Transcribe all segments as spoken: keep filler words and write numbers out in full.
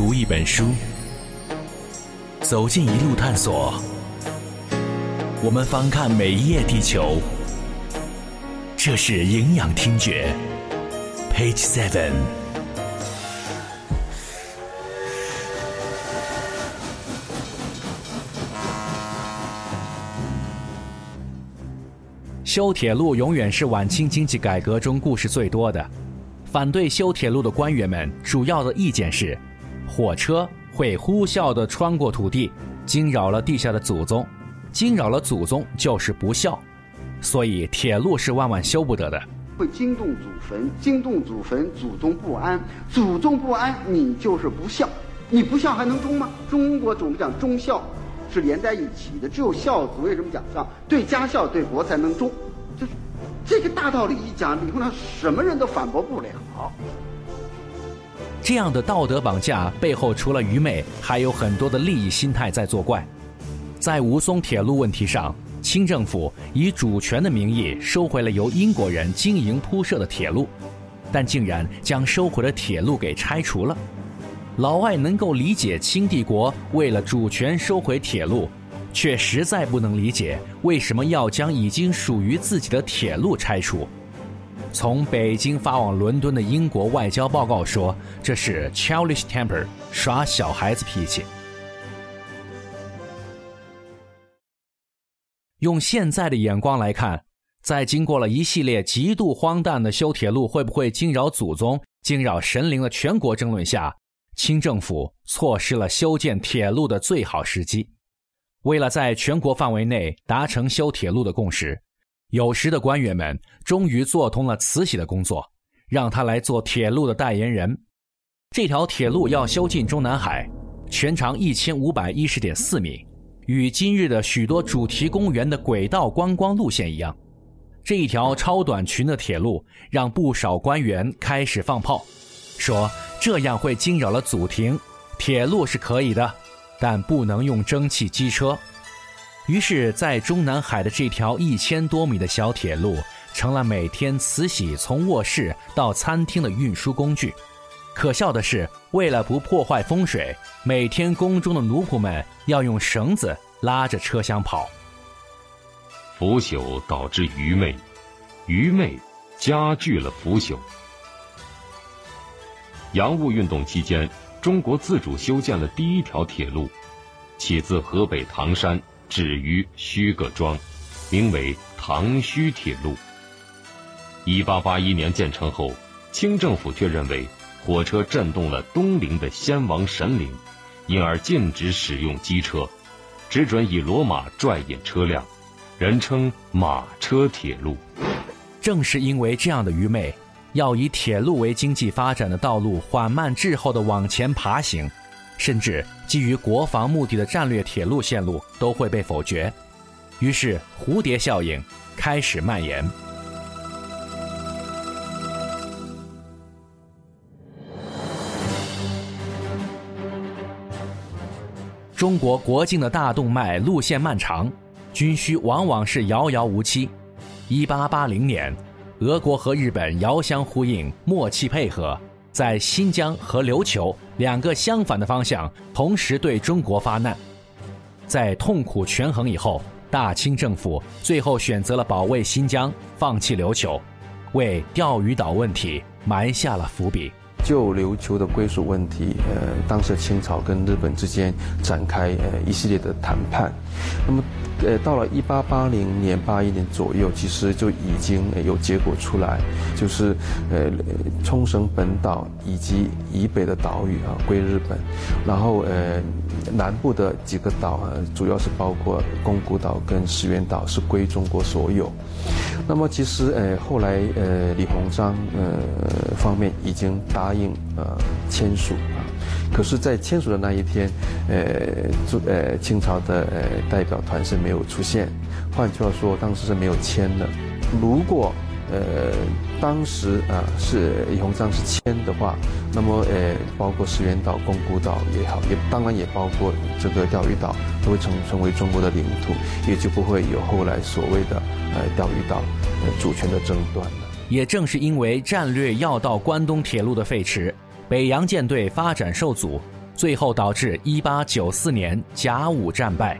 读一本书，走进一路探索，我们翻看每一页地球。这是营养听觉 Page Seven。修铁路永远是晚清经济改革中故事最多的。反对修铁路的官员们主要的意见是，火车会呼啸地穿过土地，惊扰了地下的祖宗，惊扰了祖宗就是不孝，所以铁路是万万修不得的。 会惊动祖坟，惊动祖坟，祖宗不安，祖宗不安，你就是不孝，你不孝还能忠吗？中国总讲忠孝是连在一起的，只有孝子为什么讲孝？对家孝对国才能忠，就是这个大道理一讲以后呢，什么人都反驳不了。 这样的道德绑架背后，除了愚昧，还有很多的利益心态在作怪。在吴淞铁路问题上，清政府以主权的名义收回了由英国人经营铺设的铁路，但竟然将收回的铁路给拆除了。老外能够理解清帝国为了主权收回铁路，却实在不能理解为什么要将已经属于自己的铁路拆除。从北京发往伦敦的英国外交报告说，这是 childish temper， 耍小孩子脾气。用现在的眼光来看，在经过了一系列极度荒诞的修铁路会不会惊扰祖宗、惊扰神灵的全国争论下，清政府错失了修建铁路的最好时机。为了在全国范围内达成修铁路的共识，有识的官员们终于做通了慈禧的工作，让他来做铁路的代言人。这条铁路要修进中南海，全长一千五百一十点四米，与今日的许多主题公园的轨道观光路线一样。这一条超短群的铁路让不少官员开始放炮，说这样会惊扰了祖庭，铁路是可以的，但不能用蒸汽机车。于是在中南海的这条一千多米的小铁路成了每天慈禧从卧室到餐厅的运输工具。可笑的是，为了不破坏风水，每天宫中的奴仆们要用绳子拉着车厢跑。 腐朽导致愚昧，愚昧加剧了腐朽。洋务运动期间，中国自主修建了第一条铁路，起自河北唐山，止于虚个庄，名为唐胥铁路。一八八一年建成后，清政府却认为火车震动了东陵的先王神灵，因而禁止使用机车，只准以骡马拽引车辆，人称马车铁路。 正是因为这样的愚昧，要以铁路为经济发展的道路缓慢滞后地往前爬行，甚至基于国防目的的战略铁路线路都会被否决。于是蝴蝶效应开始蔓延。中国国境的大动脉路线漫长，军需往往是遥遥无期。一八八零年，俄国和日本遥相呼应，默契配合，在新疆和琉球两个相反的方向同时对中国发难。在痛苦权衡以后，大清政府最后选择了保卫新疆，放弃琉球，为钓鱼岛问题埋下了伏笔。 就琉球的归属问题，呃，当时清朝跟日本之间展开呃一系列的谈判。那么，呃，到了一八八零年、八一年左右，其实就已经有结果出来，就是呃，冲绳本岛以及以北的岛屿啊归日本，然后呃，南部的几个岛啊，主要是包括宫古岛跟石垣岛是归中国所有。那么其实呃后来呃李鸿章呃方面已经答应呃签署啊，可是，在签署的那一天，呃呃清朝的呃代表团是没有出现，换句话说，当时是没有签的。如果呃当时啊是李鸿章是签的话，那么呃包括石垣岛、宫古岛也好，也当然也包括这个钓鱼岛，都会成成为中国的领土，也就不会有后来所谓的呃钓鱼岛呃主权的争端了。 也正是因为战略要道关东铁路的废弛，北洋舰队发展受阻， 最后导致一八九四年甲午战败。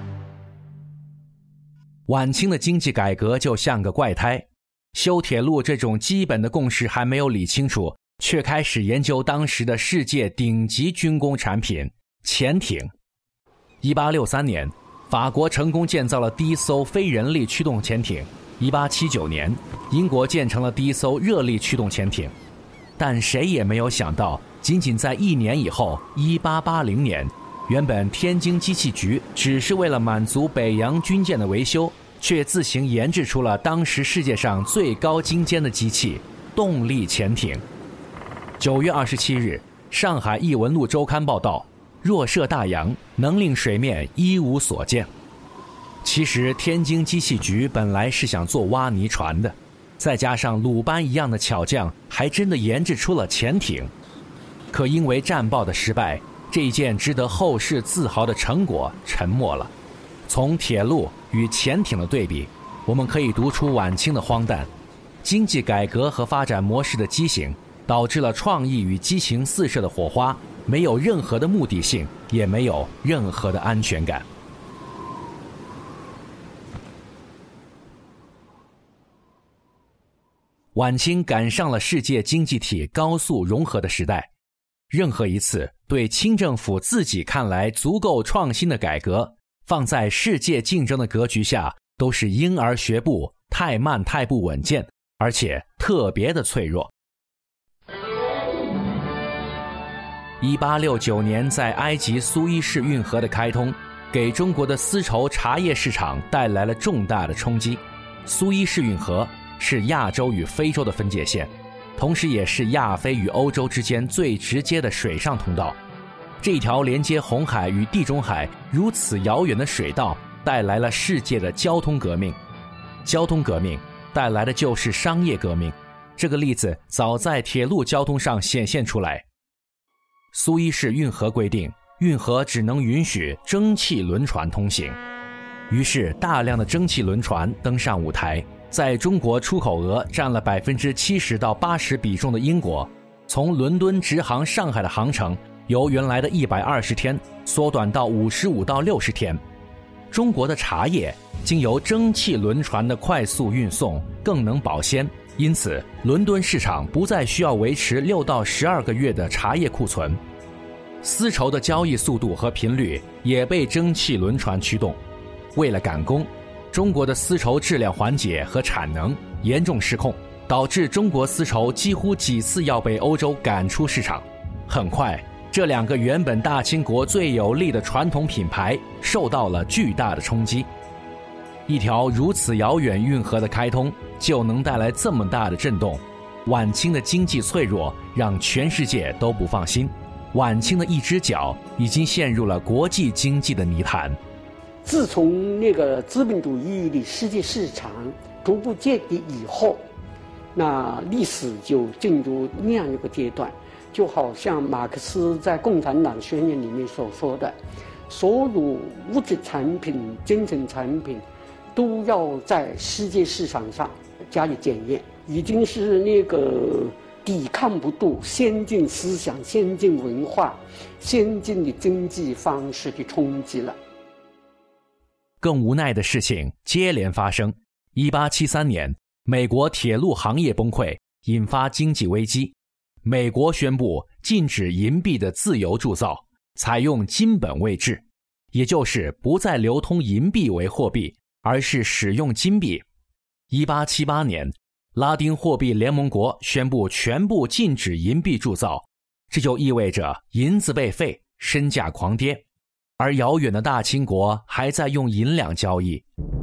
晚清的经济改革就像个怪胎，修铁路这种基本的共识还没有理清楚，却开始研究当时的世界顶级军工产品潜艇。一八六三年，法国成功建造了第一艘非人力驱动潜艇。一八七九年，英国建成了第一艘热力驱动潜艇。但谁也没有想到，仅仅在一年以后，一八八零年，原本天津机器局只是为了满足北洋军舰的维修，却自行研制出了当时世界上最高精尖的机器——动力潜艇。九月二十七日，上海异闻录周刊报道，若涉大洋，能令水面一无所见。其实天津机器局本来是想做挖泥船的，再加上鲁班一样的巧匠，还真的研制出了潜艇。可因为战报的失败，这一件值得后世自豪的成果沉没了。从铁路与潜艇的对比，我们可以读出晚清的荒诞。经济改革和发展模式的畸形，导致了创意与激情四射的火花没有任何的目的性，也没有任何的安全感。晚清赶上了世界经济体高速融合的时代，任何一次对清政府自己看来足够创新的改革，放在世界竞争的格局下，都是婴儿学步，太慢太不稳健，而且特别的脆弱。一八六九年在埃及苏伊士运河的开通，给中国的丝绸茶叶市场带来了重大的冲击。苏伊士运河是亚洲与非洲的分界线，同时也是亚非与欧洲之间最直接的水上通道。这条连接红海与地中海如此遥远的水道，带来了世界的交通革命。交通革命带来的就是商业革命，这个例子早在铁路交通上显现出来。苏伊士运河规定，运河只能允许蒸汽轮船通行，于是大量的蒸汽轮船登上舞台。在中国出口额占了百分之七十到八十比重的英国，从伦敦直航上海的航程由原来的一百二十天缩短到五十五到六十天。中国的茶叶经由蒸汽轮船的快速运送，更能保鲜，因此伦敦市场不再需要维持六到十二个月的茶叶库存。丝绸的交易速度和频率也被蒸汽轮船驱动。为了赶工，中国的丝绸质量环节和产能严重失控，导致中国丝绸几乎几次要被欧洲赶出市场。很快，这两个原本大清国最有力的传统品牌受到了巨大的冲击。一条如此遥远运河的开通，就能带来这么大的震动。晚清的经济脆弱让全世界都不放心，晚清的一只脚已经陷入了国际经济的泥潭。 自从那个资本主义的世界市场逐步建立以后，那历史就进入那样一个阶段，就好像马克思在《共产党宣言》里面所说的，所有物质产品、精神产品都要在世界市场上加以检验，已经是那个抵抗不住先进思想、先进文化、先进的经济方式的冲击了。 更无奈的事情接连发生。一八七三年，美国铁路行业崩溃，引发经济危机。美国宣布禁止银币的自由铸造，采用金本位制，也就是不再流通银币为货币，而是使用金币。一八七八年，拉丁货币联盟国宣布全部禁止银币铸造，这就意味着银子被废，身价狂跌。而遥远的大清国还在用银两交易。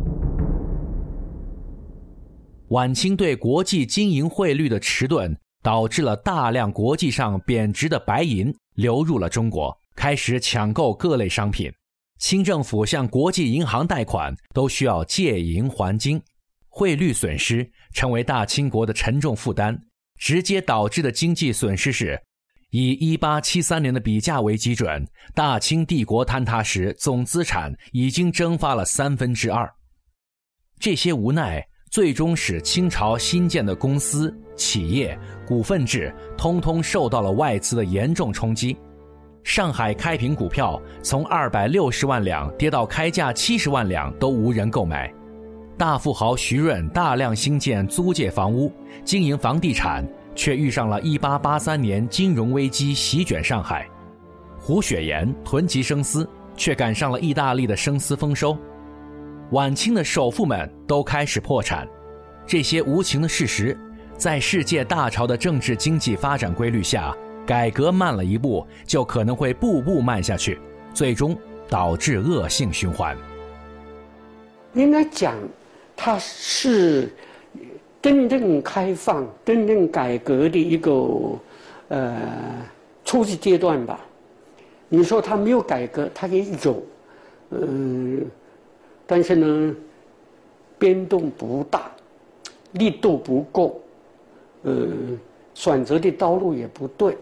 晚清对国际金银汇率的迟钝，导致了大量国际上贬值的白银流入了中国，开始抢购各类商品。清政府向国际银行贷款都需要借银还金，汇率损失成为大清国的沉重负担。直接导致的经济损失是，以一八七三年的比价为基准，大清帝国坍塌时总资产已经蒸发了三分之二。这些无奈最终使清朝新建的公司、企业、股份制通通受到了外资的严重冲击。 上海开平股票从二百六十万两跌到开价七十万两都无人购买。大富豪徐润大量兴建租界房屋，经营房地产，却遇上了一八八三年金融危机席卷上海。胡雪岩囤积生丝，却赶上了意大利的生丝丰收。晚清的首富们都开始破产，这些无情的事实，在世界大潮的政治经济发展规律下，改革慢了一步，就可能会步步慢下去，最终导致恶性循环。 应该讲，它是真正开放、真正改革的一个呃初级阶段吧。你说它没有改革，它也有，嗯、呃，但是呢，变动不大，力度不够，呃，选择的道路也不对。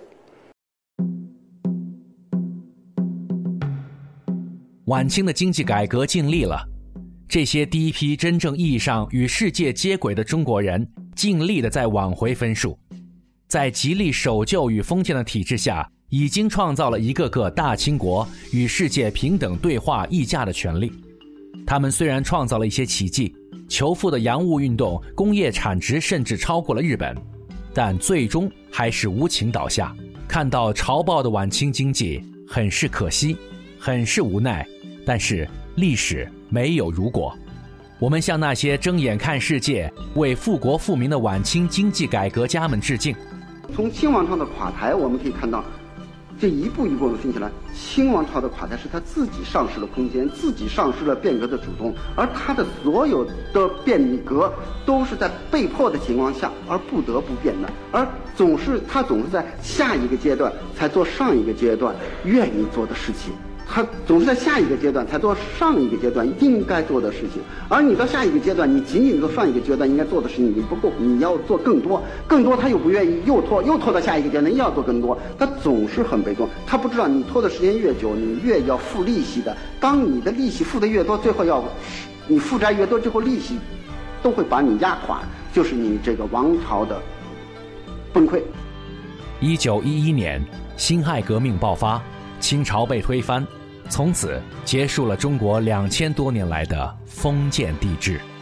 晚清的经济改革尽力了，这些第一批真正意义上与世界接轨的中国人，尽力地在挽回分数，在极力守旧与封建的体制下，已经创造了一个个大清国与世界平等对话议价的权利。他们虽然创造了一些奇迹，求富的洋务运动工业产值甚至超过了日本，但最终还是无情倒下。看到潮爆的晚清经济，很是可惜，很是无奈，但是历史没有如果。我们向那些睁眼看世界、为富国富民的晚清经济改革家们致敬。 从清王朝的垮台，我们可以看到，这一步一步我们分析来，清王朝的垮台是他自己丧失了空间，自己丧失了变革的主动，而他的所有的变革都是在被迫的情况下而不得不变的，而总是他总是在下一个阶段才做上一个阶段愿意做的事情。他总是在下一个阶段才做上一个阶段应该做的事情，而你到下一个阶段，你仅仅做上一个阶段应该做的事情已经不够，你要做更多，更多他又不愿意，又拖，又拖到下一个阶段又要做更多，他总是很被动，他不知道你拖的时间越久，你越要付利息的，当你的利息付的越多，最后要你负债越多，最后利息都会把你压垮，就是你这个王朝的崩溃。 一九一一年，辛亥革命爆发，清朝被推翻，从此结束了中国两千多年来的封建帝制。